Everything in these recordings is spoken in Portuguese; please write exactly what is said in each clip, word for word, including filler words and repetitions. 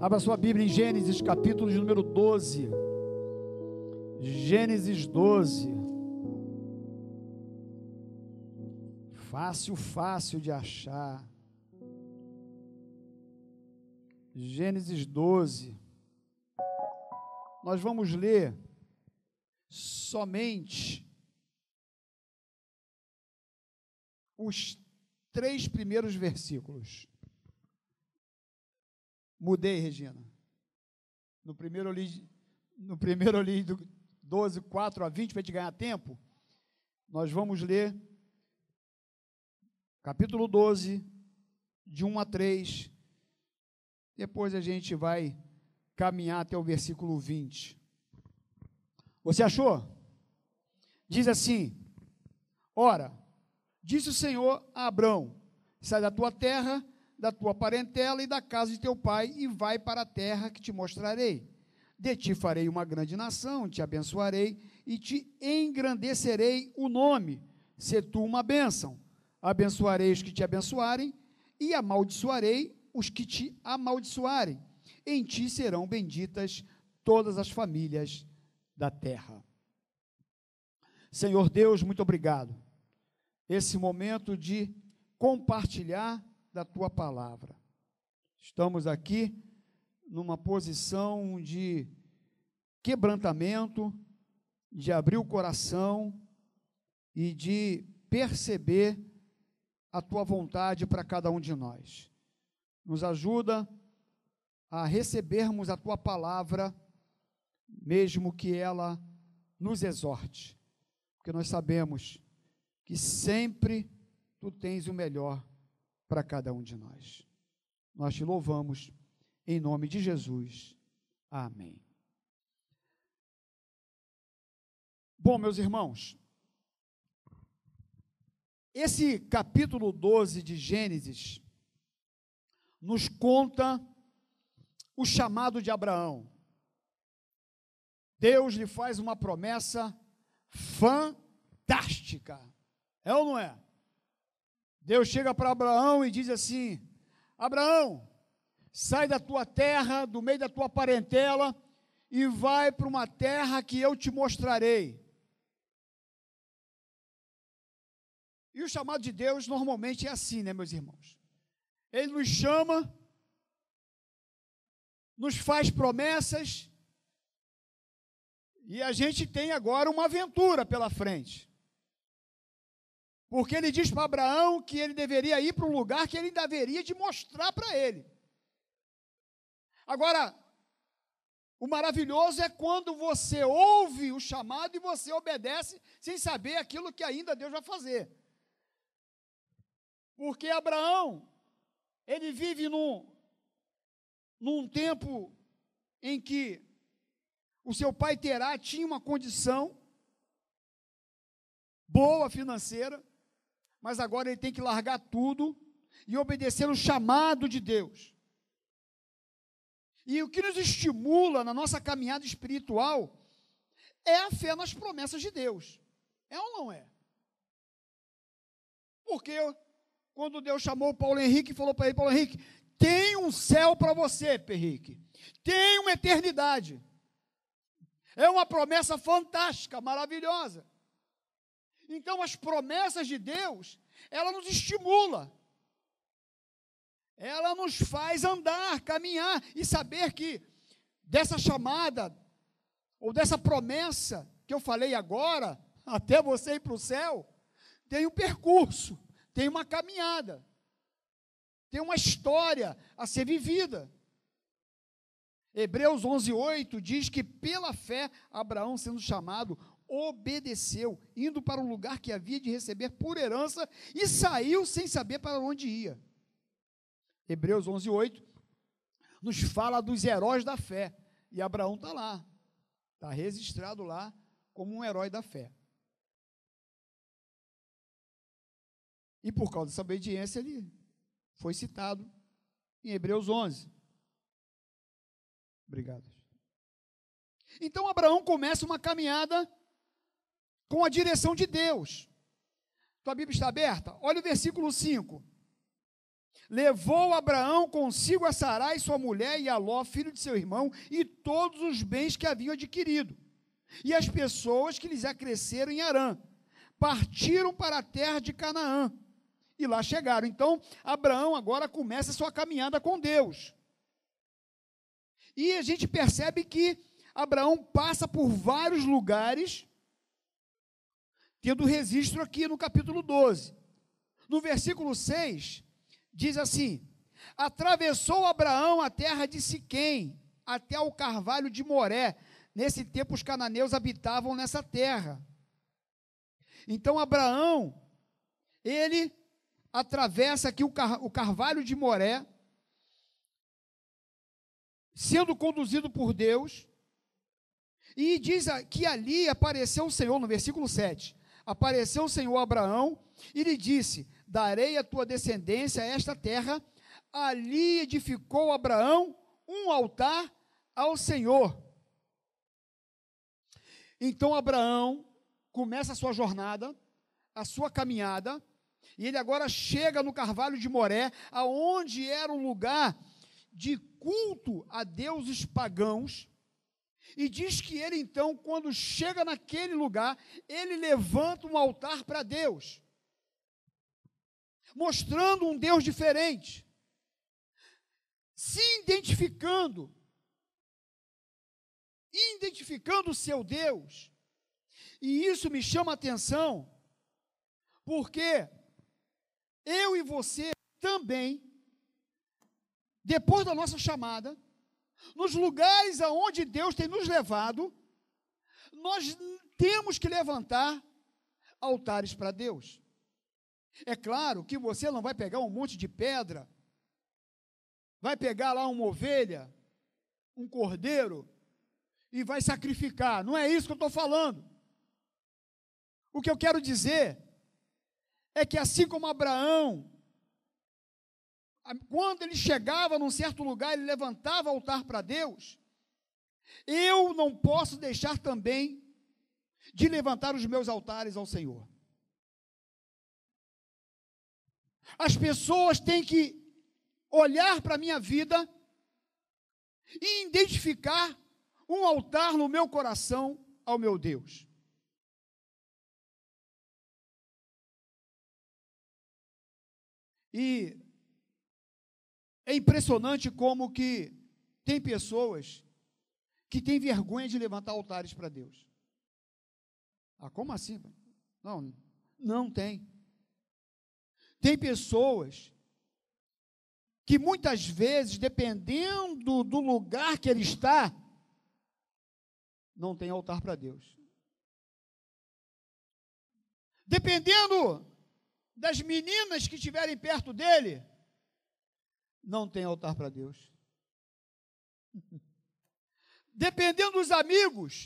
Abra sua Bíblia em Gênesis, capítulo de número doze. Gênesis doze. Fácil, fácil de achar. Gênesis doze. Nós vamos ler somente os três primeiros versículos. Mudei, Regina. No primeiro eu li, no primeiro eu li do doze, quatro a vinte, para a gente ganhar tempo. Nós vamos ler capítulo doze, de um a três. Depois a gente vai caminhar até o versículo vinte. Você achou? Diz assim: ora, disse o Senhor a Abrão: sai da tua terra, da tua parentela e da casa de teu pai, e vai para a terra que te mostrarei. De ti farei uma grande nação, te abençoarei e te engrandecerei o nome. Se tu uma bênção, abençoarei os que te abençoarem e amaldiçoarei os que te amaldiçoarem. Em ti serão benditas todas as famílias da terra. Senhor Deus, muito obrigado. Esse momento de compartilhar da tua palavra. Estamos aqui numa posição de quebrantamento, de abrir o coração e de perceber a tua vontade para cada um de nós. Nos ajuda a recebermos a tua palavra, mesmo que ela nos exorte, porque nós sabemos que sempre tu tens o melhor para cada um de nós. Nós te louvamos em nome de Jesus. Amém. Bom, meus irmãos, esse capítulo doze de Gênesis nos conta o chamado de Abraão. Deus lhe faz uma promessa fantástica. É ou não é? Deus chega para Abraão e diz assim: Abraão, sai da tua terra, do meio da tua parentela, e vai para uma terra que eu te mostrarei. E o chamado de Deus normalmente é assim, né, meus irmãos? Ele nos chama, nos faz promessas, e a gente tem agora uma aventura pela frente. Porque ele diz para Abraão que ele deveria ir para um lugar que ele deveria de mostrar para ele. Agora, o maravilhoso é quando você ouve o chamado e você obedece sem saber aquilo que ainda Deus vai fazer. Porque Abraão, ele vive num, num tempo em que o seu pai Terá tinha uma condição boa financeira, mas agora ele tem que largar tudo e obedecer o chamado de Deus. E o que nos estimula na nossa caminhada espiritual é a fé nas promessas de Deus. É ou não é? Porque quando Deus chamou o Paulo Henrique e falou para ele: Paulo Henrique, tem um céu para você, Henrique, tem uma eternidade. É uma promessa fantástica, maravilhosa. Então, as promessas de Deus, ela nos estimula, ela nos faz andar, caminhar e saber que dessa chamada, ou dessa promessa que eu falei agora, até você ir para o céu, tem um percurso, tem uma caminhada, tem uma história a ser vivida. Hebreus onze, oito diz que pela fé, Abraão, sendo chamado, obedeceu, indo para um lugar que havia de receber por herança, e saiu sem saber para onde ia. Hebreus onze, oito nos fala dos heróis da fé, e Abraão está lá, está registrado lá como um herói da fé. E por causa dessa obediência, ele foi citado em Hebreus onze. Obrigado. Então Abraão começa uma caminhada com a direção de Deus. Tua Bíblia está aberta? Olha o versículo cinco. Levou Abraão consigo a Sarai, sua mulher, e a Ló, filho de seu irmão, e todos os bens que haviam adquirido, e as pessoas que lhes acresceram em Harã. Partiram para a terra de Canaã, e lá chegaram. Então, Abraão agora começa a sua caminhada com Deus. E a gente percebe que Abraão passa por vários lugares, tendo registro aqui no capítulo doze. No versículo seis, diz assim: atravessou Abraão a terra de Siquém, até o carvalho de Moré. Nesse tempo os cananeus habitavam nessa terra. Então Abraão, ele atravessa aqui o, car o carvalho de Moré, sendo conduzido por Deus, e diz que ali apareceu o Senhor, no versículo sete, apareceu o Senhor a Abraão, e lhe disse: darei a tua descendência a esta terra. Ali edificou Abraão um altar ao Senhor. Então Abraão começa a sua jornada, a sua caminhada, e ele agora chega no carvalho de Moré, aonde era um lugar de culto a deuses pagãos, e diz que ele então, quando chega naquele lugar, ele levanta um altar para Deus, mostrando um Deus diferente, se identificando, identificando o seu Deus. E isso me chama a atenção, porque eu e você também, depois da nossa chamada, nos lugares aonde Deus tem nos levado, nós temos que levantar altares para Deus. É claro que você não vai pegar um monte de pedra, vai pegar lá uma ovelha, um cordeiro, e vai sacrificar. Não é isso que eu estou falando. O que eu quero dizer é que assim como Abraão, quando ele chegava num certo lugar, ele levantava altar para Deus, eu não posso deixar também de levantar os meus altares ao Senhor. As pessoas têm que olhar para a minha vida e identificar um altar no meu coração ao meu Deus. E é impressionante como que tem pessoas que têm vergonha de levantar altares para Deus. Ah, como assim? Não, não tem. Tem pessoas que muitas vezes, dependendo do lugar que ele está, não tem altar para Deus. Dependendo das meninas que estiverem perto dele, não tem altar para Deus. Dependendo dos amigos,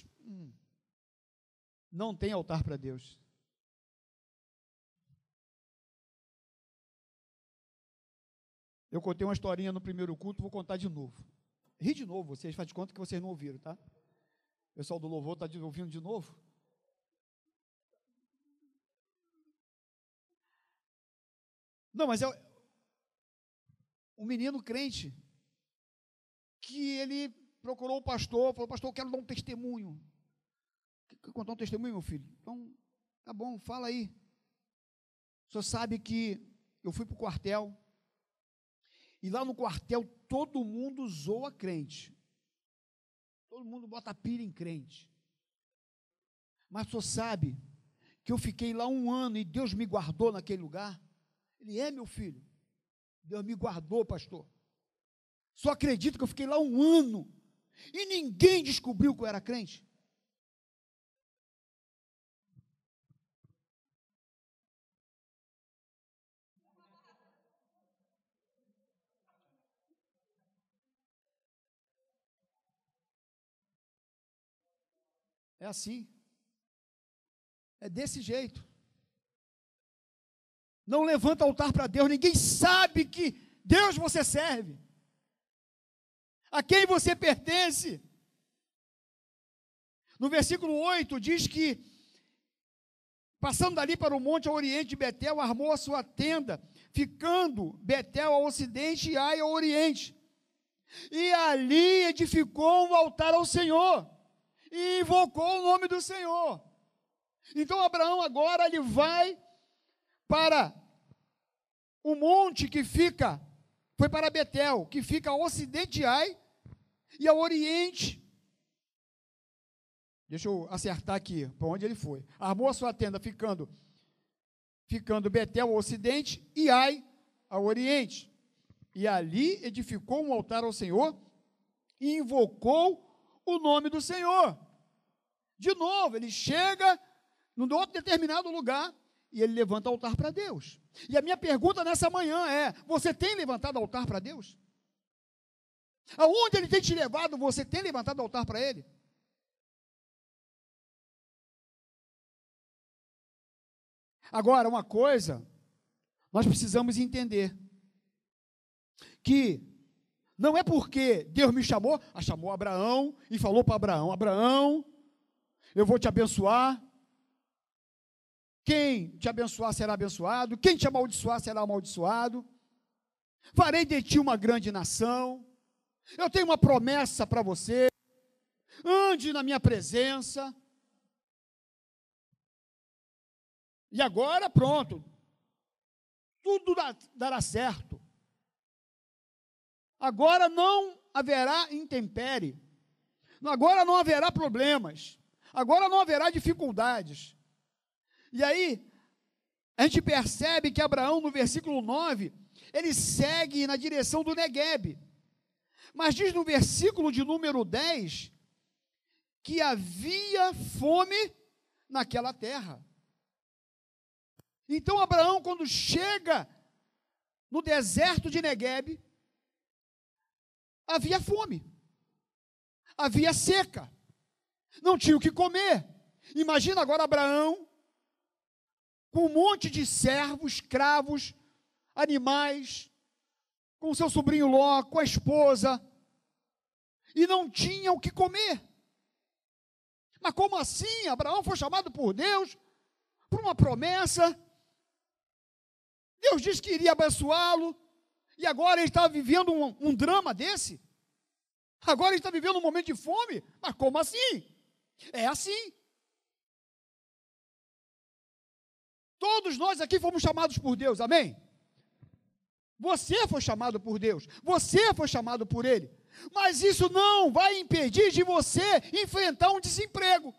não tem altar para Deus. Eu contei uma historinha no primeiro culto, vou contar de novo. Ri de novo, vocês fazem de conta que vocês não ouviram, tá? O pessoal do louvor está ouvindo de novo? Não, mas é um menino crente que ele procurou o pastor, falou: pastor, eu quero dar um testemunho. Quer contar um testemunho, meu filho? Então, tá bom, fala aí. O senhor sabe que eu fui para o quartel, e lá no quartel todo mundo zoa crente. Todo mundo bota pilha em crente. Mas o senhor sabe que eu fiquei lá um ano e Deus me guardou naquele lugar? Ele: é, meu filho, Deus me guardou, pastor. Só acredito que eu fiquei lá um ano e ninguém descobriu que eu era crente. É assim. É desse jeito. Não levanta altar para Deus, ninguém sabe que Deus você serve, a quem você pertence. No versículo oito diz que, passando dali para o monte ao oriente de Betel, armou a sua tenda, ficando Betel ao ocidente e Ai ao oriente. E ali edificou um altar ao Senhor, e invocou o nome do Senhor. Então Abraão agora ele vai para o monte que fica, foi para Betel, que fica ao ocidente de Ai, e ao oriente. Deixa eu acertar aqui, para onde ele foi. Armou a sua tenda, ficando, ficando Betel ao ocidente, e Ai ao oriente. E ali edificou um altar ao Senhor, e invocou o nome do Senhor. De novo, ele chega num outro determinado lugar, e ele levanta altar para Deus. E a minha pergunta nessa manhã é: você tem levantado altar para Deus? Aonde ele tem te levado, você tem levantado altar para ele? Agora, uma coisa, nós precisamos entender, que não é porque Deus me chamou, ah, chamou Abraão e falou para Abraão: Abraão, eu vou te abençoar, quem te abençoar será abençoado, quem te amaldiçoar será amaldiçoado, farei de ti uma grande nação, eu tenho uma promessa para você, ande na minha presença, e agora pronto, tudo dará certo, agora não haverá intempérie, agora não haverá problemas, agora não haverá dificuldades. E aí, a gente percebe que Abraão, no versículo nove, ele segue na direção do Neguebe, mas diz no versículo de número dez, que havia fome naquela terra. Então Abraão, quando chega no deserto de Neguebe, havia fome, havia seca, não tinha o que comer. Imagina agora Abraão, com um monte de servos, escravos, animais, com seu sobrinho Ló, com a esposa, e não tinha o que comer. Mas como assim? Abraão foi chamado por Deus, por uma promessa, Deus disse que iria abençoá-lo, e agora ele está vivendo um, um drama desse? Agora ele está vivendo um momento de fome? Mas como assim? É assim. Todos nós aqui fomos chamados por Deus, amém? Você foi chamado por Deus, você foi chamado por Ele, mas isso não vai impedir de você enfrentar um desemprego,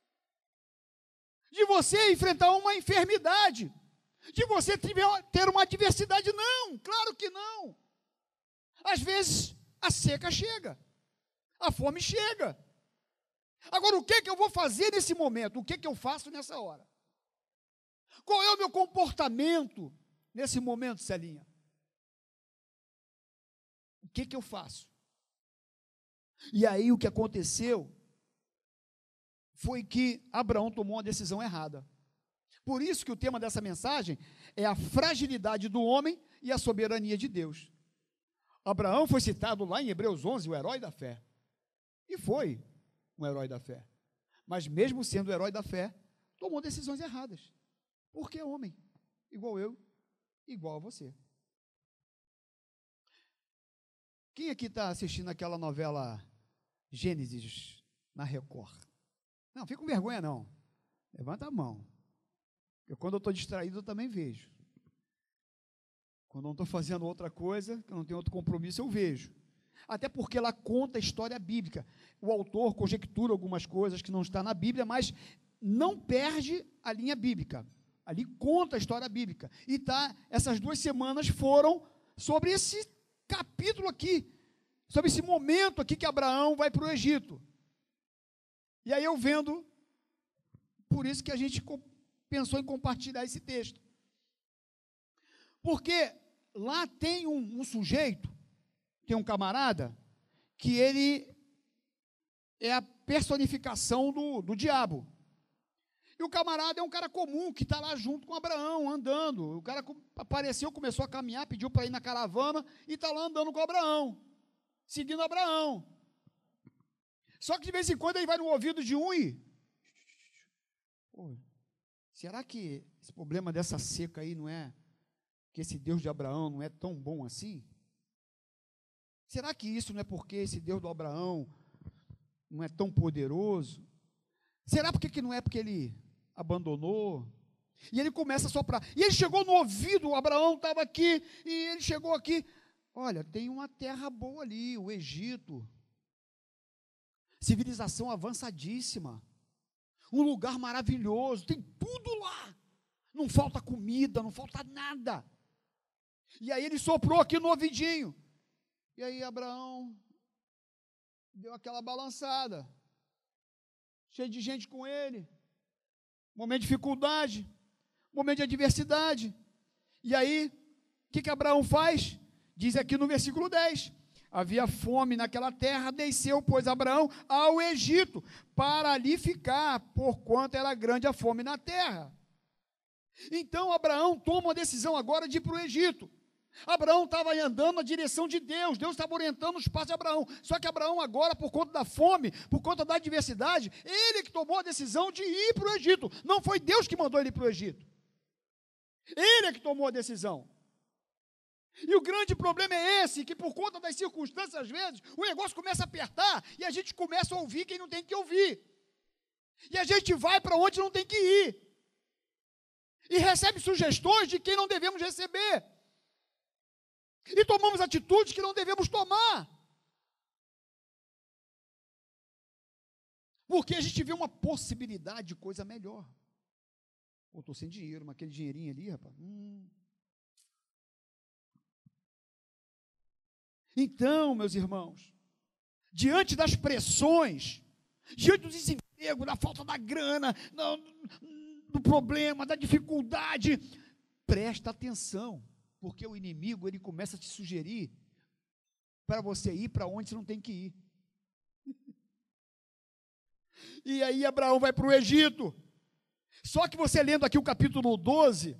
de você enfrentar uma enfermidade, de você ter uma adversidade. Não, claro que não. Às vezes a seca chega, a fome chega. Agora, o que, que eu vou fazer nesse momento? O que, que eu faço nessa hora? Qual é o meu comportamento nesse momento, Celinha? O que, que eu faço? E aí o que aconteceu foi que Abraão tomou uma decisão errada. Por isso que o tema dessa mensagem é a fragilidade do homem e a soberania de Deus. Abraão foi citado lá em Hebreus onze, o herói da fé. E foi um herói da fé. Mas mesmo sendo o herói da fé, tomou decisões erradas. Porque é homem, igual eu, igual a você. Quem aqui está assistindo aquela novela Gênesis na Record? Não, fica com vergonha não. Levanta a mão. Porque quando eu estou distraído, eu também vejo. Quando eu não estou fazendo outra coisa, que eu não tenho outro compromisso, eu vejo. Até porque ela conta a história bíblica. O autor conjectura algumas coisas que não estão na Bíblia, mas não perde a linha bíblica. Ali conta a história bíblica. E tá, essas duas semanas foram sobre esse capítulo aqui, sobre esse momento aqui que Abraão vai para o Egito. E aí eu vendo, por isso que a gente pensou em compartilhar esse texto. Porque lá tem um, um sujeito, tem um camarada, que ele é a personificação do, do diabo. E o camarada é um cara comum, que está lá junto com Abraão, andando. O cara apareceu, começou a caminhar, pediu para ir na caravana, e está lá andando com Abraão, seguindo Abraão. Só que de vez em quando ele vai no ouvido de um e... Pô, será que esse problema dessa seca aí não é que esse Deus de Abraão não é tão bom assim? Será que isso não é porque esse Deus do Abraão não é tão poderoso? Será porque que não é porque ele abandonou? E ele começa a soprar. E ele chegou no ouvido, o Abraão estava aqui, e ele chegou aqui. Olha, tem uma terra boa ali, o Egito. Civilização avançadíssima. Um lugar maravilhoso, tem tudo lá. Não falta comida, não falta nada. E aí ele soprou aqui no ouvidinho. E aí Abraão deu aquela balançada. Cheio de gente com ele. Momento de dificuldade. Momento de adversidade. E aí, o que que Abraão faz? Diz aqui no versículo dez. Havia fome naquela terra, desceu, pois, Abraão ao Egito, para ali ficar, porquanto era grande a fome na terra. Então, Abraão toma a decisão agora de ir para o Egito. Abraão estava andando na direção de Deus, Deus estava orientando os passos de Abraão, só que Abraão agora, por conta da fome, por conta da adversidade, ele que tomou a decisão de ir para o Egito, não foi Deus que mandou ele ir para o Egito, ele é que tomou a decisão. E o grande problema é esse, que por conta das circunstâncias, às vezes, o negócio começa a apertar, e a gente começa a ouvir quem não tem que ouvir, e a gente vai para onde não tem que ir, e recebe sugestões de quem não devemos receber, e tomamos atitudes que não devemos tomar, porque a gente vê uma possibilidade de coisa melhor. Eu estou sem dinheiro, mas aquele dinheirinho ali, rapaz, hum. Então, meus irmãos, diante das pressões, diante do desemprego, da falta da grana, do, do problema, da dificuldade, presta atenção, porque o inimigo, ele começa a te sugerir para você ir para onde você não tem que ir. E aí Abraão vai para o Egito. Só que você lendo aqui o capítulo doze,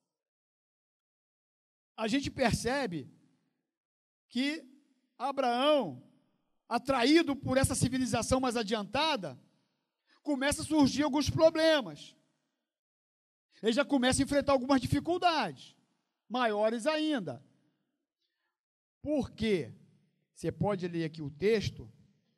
a gente percebe que Abraão, atraído por essa civilização mais adiantada, começa a surgir alguns problemas. Ele já começa a enfrentar algumas dificuldades, maiores ainda. Por quê? Você pode ler aqui o texto,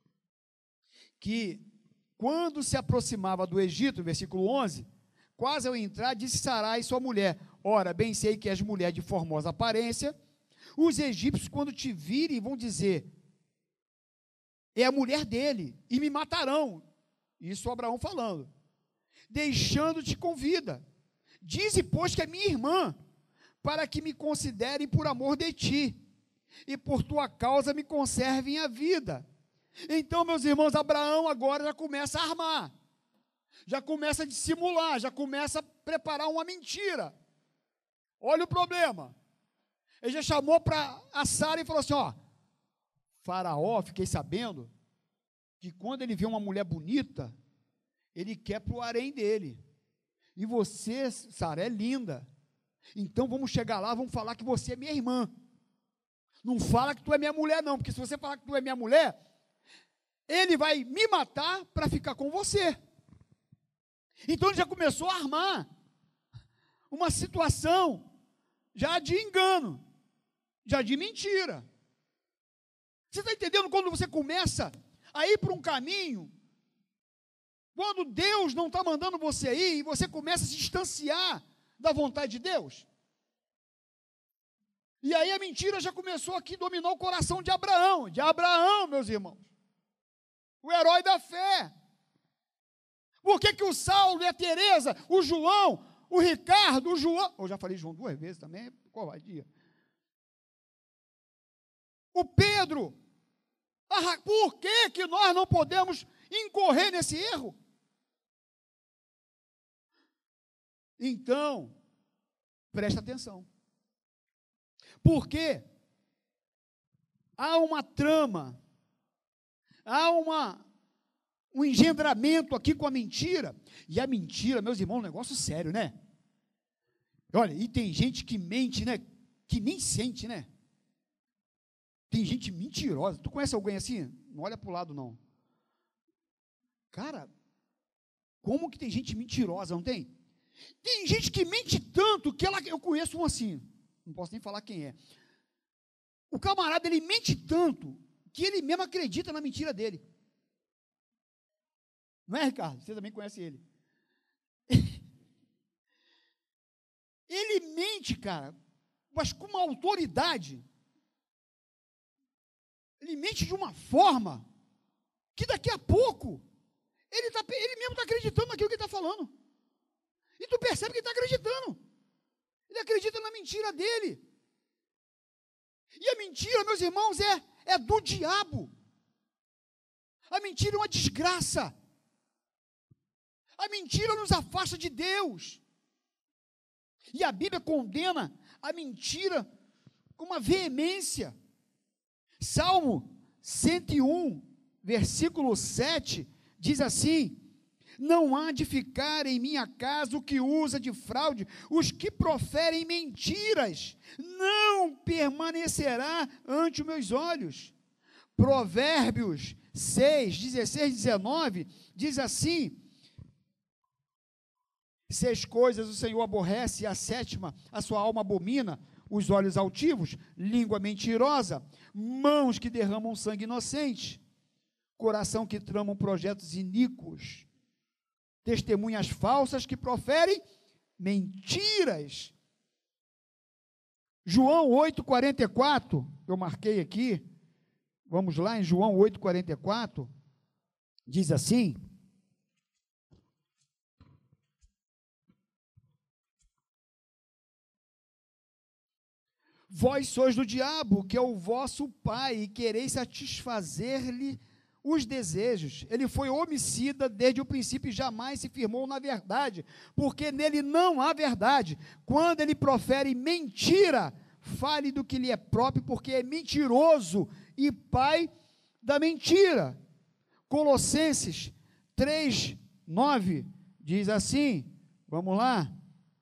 que quando se aproximava do Egito, versículo onze, quase ao entrar, disse Sarai, sua mulher, ora, bem sei que és mulher de formosa aparência. Os egípcios, quando te virem, vão dizer, é a mulher dele, e me matarão. Isso Abraão falando. Deixando-te com vida. Dize, pois, que é minha irmã, para que me considerem por amor de ti, e por tua causa me conservem a vida. Então, meus irmãos, Abraão agora já começa a armar, já começa a dissimular, já começa a preparar uma mentira. Olha o problema. Ele já chamou para a Sara e falou assim, ó, Faraó, fiquei sabendo, que quando ele vê uma mulher bonita, ele quer para o harém dele, e você, Sara, é linda, então vamos chegar lá, vamos falar que você é minha irmã, não fala que tu é minha mulher não, porque se você falar que tu é minha mulher, ele vai me matar para ficar com você. Então ele já começou a armar uma situação já de engano, já de mentira. Você está entendendo quando você começa a ir para um caminho, quando Deus não está mandando você ir, e você começa a se distanciar da vontade de Deus? E aí a mentira já começou aqui a dominar o coração de Abraão, de Abraão, meus irmãos, o herói da fé. Por que que o Saulo e a Teresa, o João, o Ricardo, o João, eu já falei João duas vezes também, é covardia. O Pedro, por que que nós não podemos incorrer nesse erro? Então, presta atenção, porque há uma trama, há uma, um engendramento aqui com a mentira, e a mentira, meus irmãos, é um negócio sério, né? Olha, e tem gente que mente, né, que nem sente, né? Tem gente mentirosa. Tu conhece alguém assim? Não olha para o lado, não. Cara, como que tem gente mentirosa, não tem? Tem gente que mente tanto que ela, eu conheço um assim, não posso nem falar quem é. O camarada, ele mente tanto, que ele mesmo acredita na mentira dele. Não é, Ricardo? Você também conhece ele. Ele mente, cara, mas com uma autoridade. Ele mente de uma forma que daqui a pouco ele, tá, ele mesmo está acreditando naquilo que ele está falando. E tu percebe que ele está acreditando. Ele acredita na mentira dele. E a mentira, meus irmãos, é, é do diabo. A mentira é uma desgraça. A mentira nos afasta de Deus. E a Bíblia condena a mentira com uma veemência. Salmo cento e um, versículo sete, diz assim: não há de ficar em minha casa o que usa de fraude, os que proferem mentiras, não permanecerá ante os meus olhos. Provérbios seis, dezesseis, dezenove, diz assim: seis coisas o Senhor aborrece, e a sétima a sua alma abomina: os olhos altivos, língua mentirosa, mãos que derramam sangue inocente, coração que tramam projetos iníquos, testemunhas falsas que proferem mentiras. João oito, quarenta e quatro, eu marquei aqui, vamos lá em João oito, quarenta e quatro, diz assim: vós sois do diabo, que é o vosso pai, e quereis satisfazer-lhe os desejos. Ele foi homicida desde o princípio e jamais se firmou na verdade, porque nele não há verdade. Quando ele profere mentira, fale do que lhe é próprio, porque é mentiroso e pai da mentira. Colossenses três, nove, diz assim, vamos lá: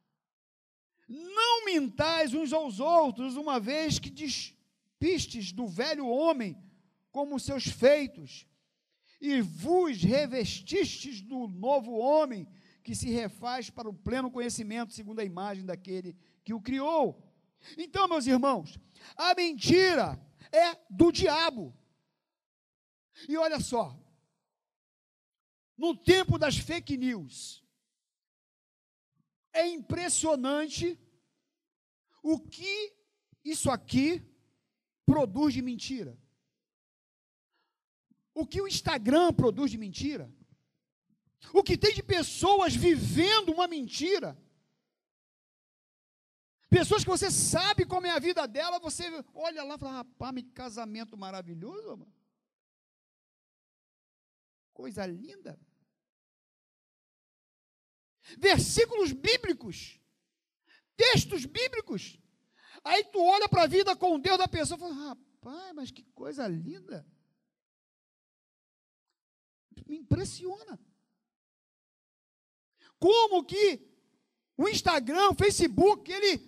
não mintais uns aos outros, uma vez que despistes do velho homem como seus feitos, e vos revestistes do novo homem, que se refaz para o pleno conhecimento, segundo a imagem daquele que o criou. Então, meus irmãos, a mentira é do diabo. E olha só, no tempo das fake news, é impressionante o que isso aqui produz de mentira. O que o Instagram produz de mentira. O que tem de pessoas vivendo uma mentira. Pessoas que você sabe como é a vida dela, você olha lá e fala: rapaz, que casamento maravilhoso, mano. Coisa linda. Versículos bíblicos, textos bíblicos. Aí tu olha para a vida com Deus da pessoa e fala: rapaz, mas que coisa linda. Me impressiona. Como que o Instagram, o Facebook, ele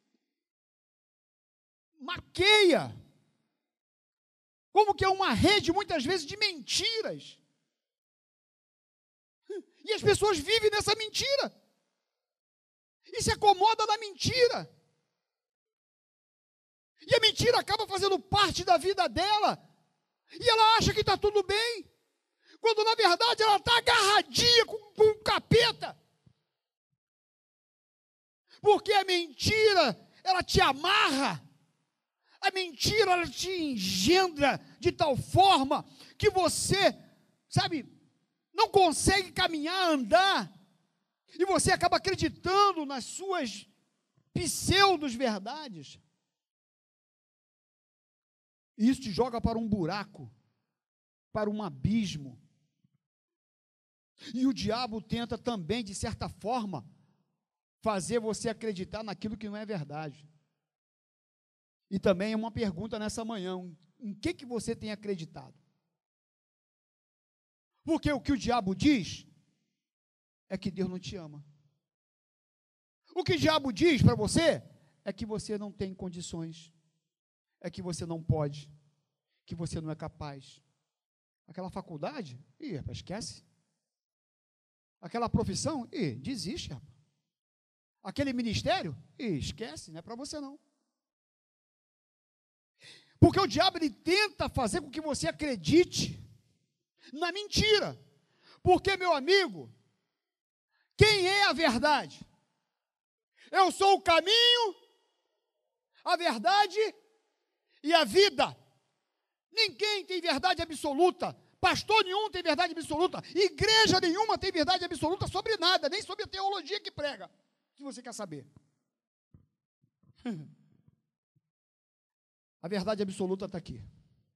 maqueia. Como que é uma rede, muitas vezes, de mentiras. E as pessoas vivem nessa mentira. E se acomoda na mentira. E a mentira acaba fazendo parte da vida dela. E ela acha que está tudo bem. Quando, na verdade, ela está agarradinha com, com o capeta. Porque a mentira, ela te amarra. A mentira, ela te engendra de tal forma que você, sabe, não consegue caminhar, andar, e você acaba acreditando nas suas pseudos-verdades. E isso te joga para um buraco, para um abismo. E o diabo tenta também, de certa forma, fazer você acreditar naquilo que não é verdade. E também é uma pergunta nessa manhã: em que que você tem acreditado? Porque o que o diabo diz é que Deus não te ama. O que o diabo diz para você é que você não tem condições, é que você não pode, que você não é capaz. Aquela faculdade, ih, rapaz, esquece. Aquela profissão, ih, desiste, rapaz. Aquele ministério, ih, esquece, não é para você não. Porque o diabo, ele tenta fazer com que você acredite na mentira. Porque, meu amigo, quem é a verdade? Eu sou o caminho, a verdade e a vida. Ninguém tem verdade absoluta. Pastor nenhum tem verdade absoluta. Igreja nenhuma tem verdade absoluta sobre nada, nem sobre a teologia que prega, se você quer saber. A verdade absoluta está aqui.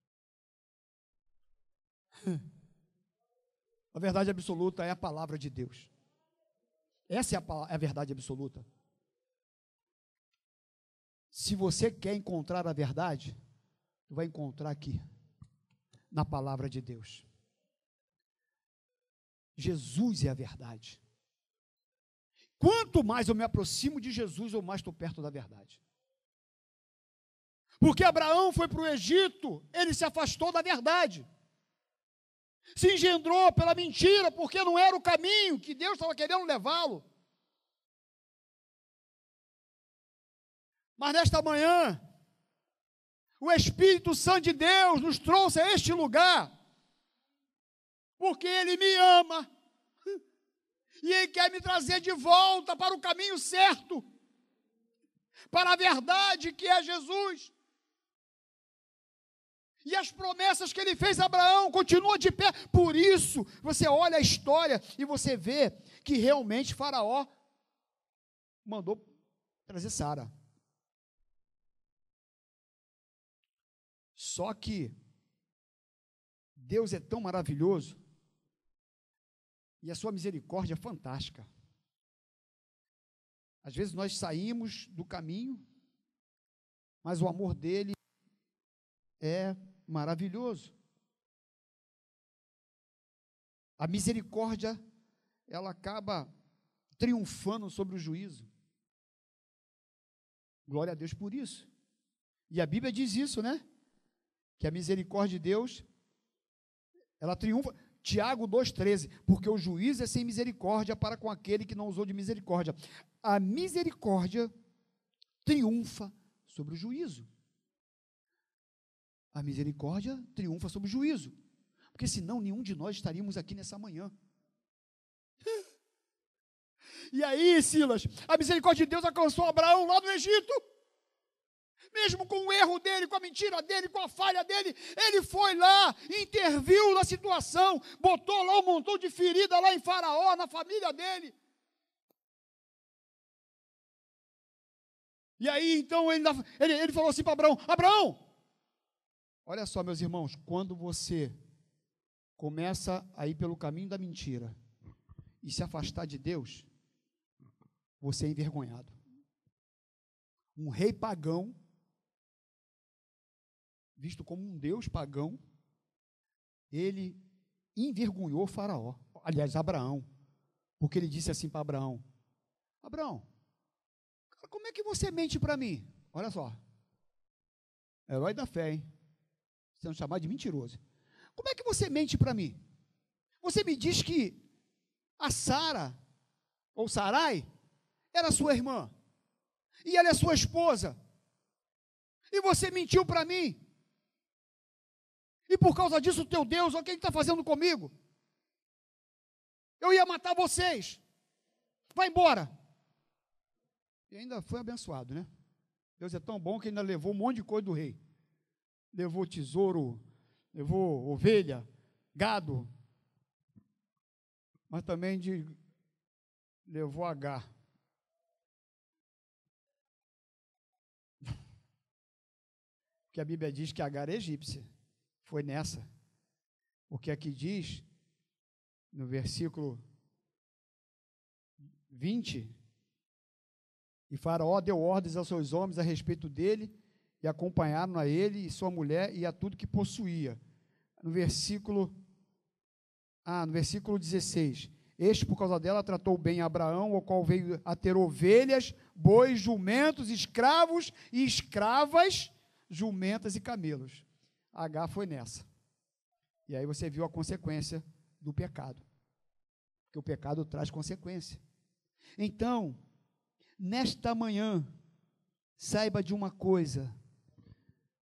A verdade absoluta é a palavra de Deus. Essa é a, é a verdade absoluta. Se você quer encontrar a verdade, você vai encontrar aqui, na palavra de Deus. Jesus é a verdade. Quanto mais eu me aproximo de Jesus, eu mais estou perto da verdade. Porque Abraão foi para o Egito, ele se afastou da verdade. Se engendrou pela mentira, porque não era o caminho que Deus estava querendo levá-lo. Mas nesta manhã, o Espírito Santo de Deus nos trouxe a este lugar, porque Ele me ama, e Ele quer me trazer de volta para o caminho certo, para a verdade que é Jesus. E as promessas que Ele fez a Abraão continuam de pé. Por isso, você olha a história e você vê que realmente Faraó mandou trazer Sara. Só que Deus é tão maravilhoso e a sua misericórdia é fantástica. Às vezes nós saímos do caminho, mas o amor dele é maravilhoso. A misericórdia, ela acaba triunfando sobre o juízo. Glória a Deus por isso. E a Bíblia diz isso, né? Que a misericórdia de Deus, ela triunfa. Tiago dois, treze, porque o juízo é sem misericórdia para com aquele que não usou de misericórdia. A misericórdia triunfa sobre o juízo. A misericórdia triunfa sobre o juízo. Porque senão nenhum de nós estaríamos aqui nessa manhã. E aí, Silas, a misericórdia de Deus alcançou Abraão lá no Egito. Mesmo com o erro dele, com a mentira dele, com a falha dele, ele foi lá, interviu na situação, botou lá um montão de ferida lá em Faraó, na família dele. E aí, então, ele, ele, ele falou assim para Abraão, Abraão, olha só, meus irmãos, quando você começa a ir pelo caminho da mentira e se afastar de Deus, você é envergonhado. Um rei pagão, visto como um Deus pagão, ele envergonhou Faraó, aliás, Abraão, porque ele disse assim para Abraão, Abraão, como é que você mente para mim? Olha só, herói da fé, hein? Sendo chamado de mentiroso. Como é que você mente para mim? Você me diz que a Sara, ou Sarai, era sua irmã, e ela é sua esposa, e você mentiu para mim, e por causa disso, teu Deus, olha o que ele está fazendo comigo, eu ia matar vocês, vai embora. E ainda foi abençoado, né? Deus é tão bom que ainda levou um monte de coisa do rei, levou tesouro, levou ovelha, gado, mas também de, levou Agar. Porque a Bíblia diz que Agar é egípcia, foi nessa, porque aqui diz, no versículo vinte, e Faraó deu ordens aos seus homens a respeito dele, e acompanharam a ele e sua mulher e a tudo que possuía. No versículo, ah, no versículo dezesseis, este por causa dela tratou bem Abraão, o qual veio a ter ovelhas, bois, jumentos, escravos e escravas, jumentas e camelos. Agar foi nessa. E aí você viu a consequência do pecado. Porque o pecado traz consequência. Então, nesta manhã, saiba de uma coisa.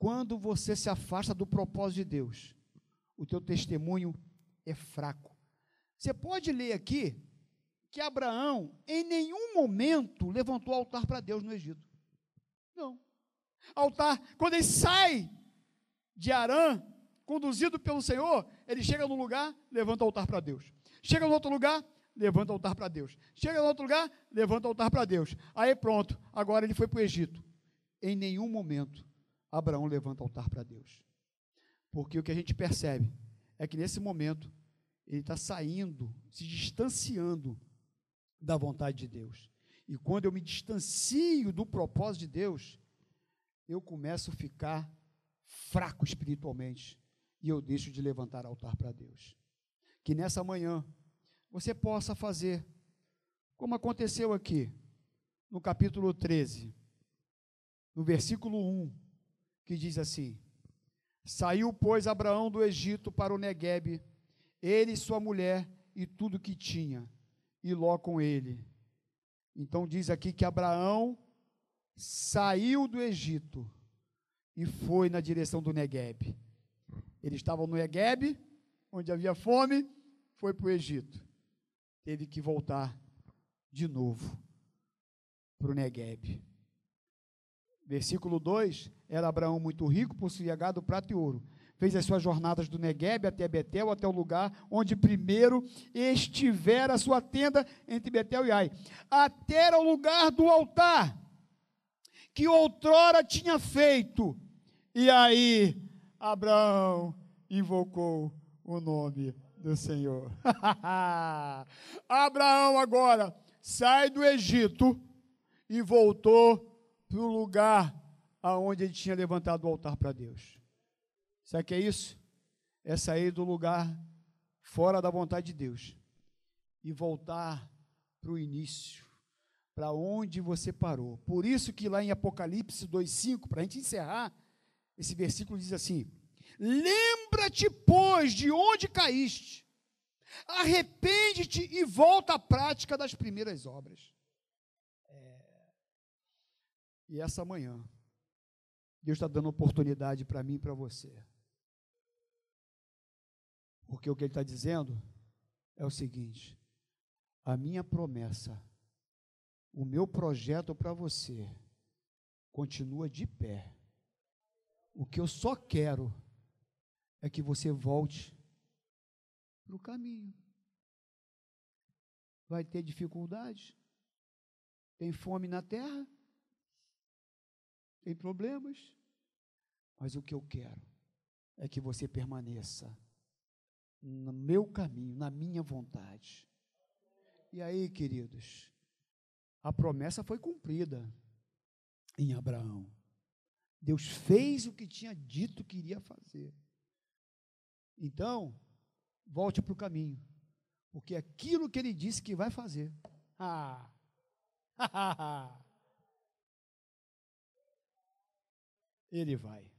quando você se afasta do propósito de Deus, o teu testemunho é fraco. Você pode ler aqui que Abraão, em nenhum momento, levantou altar para Deus no Egito. Não. Altar, quando ele sai de Harã, conduzido pelo Senhor, ele chega no lugar, levanta altar para Deus. Chega no outro lugar, levanta altar para Deus. Chega no outro lugar, levanta altar para Deus. Aí pronto, agora ele foi para o Egito. Em nenhum momento, Abraão levanta altar para Deus. Porque o que a gente percebe é que nesse momento, ele está saindo, se distanciando da vontade de Deus. E quando eu me distancio do propósito de Deus, eu começo a ficar fraco espiritualmente e eu deixo de levantar altar para Deus. Que nessa manhã você possa fazer como aconteceu aqui no capítulo treze, no versículo um, que diz assim: saiu, pois, Abraão do Egito para o Neguebe, ele e sua mulher e tudo que tinha, e Ló com ele. Então diz aqui que Abraão saiu do Egito e foi na direção do Neguebe. Ele estava no Neguebe, onde havia fome, foi para o Egito. Teve que voltar de novo para o Neguebe. Versículo dois, era Abraão muito rico, possuía gado, prata e ouro. Fez as suas jornadas do Neguebe até Betel, até o lugar onde primeiro estivera a sua tenda entre Betel e Ai, até o lugar do altar, que outrora tinha feito. E aí, Abraão invocou o nome do Senhor. Abraão agora sai do Egito e voltou para o lugar aonde ele tinha levantado o altar para Deus. Sabe o que é isso? É sair do lugar fora da vontade de Deus e voltar para o início, para onde você parou. Por isso que lá em Apocalipse dois, cinco, para a gente encerrar, esse versículo diz assim: lembra-te, pois, de onde caíste, arrepende-te e volta à prática das primeiras obras. É... E essa manhã, Deus está dando oportunidade para mim e para você. Porque o que Ele está dizendo é o seguinte: a minha promessa, o meu projeto para você, continua de pé. O que eu só quero é que você volte para o caminho. Vai ter dificuldade? Tem fome na terra? Tem problemas? Mas o que eu quero é que você permaneça no meu caminho, na minha vontade. E aí, queridos, a promessa foi cumprida em Abraão. Deus fez o que tinha dito que iria fazer. Então, volte para o caminho, porque aquilo que ele disse que vai fazer, ah, ele vai.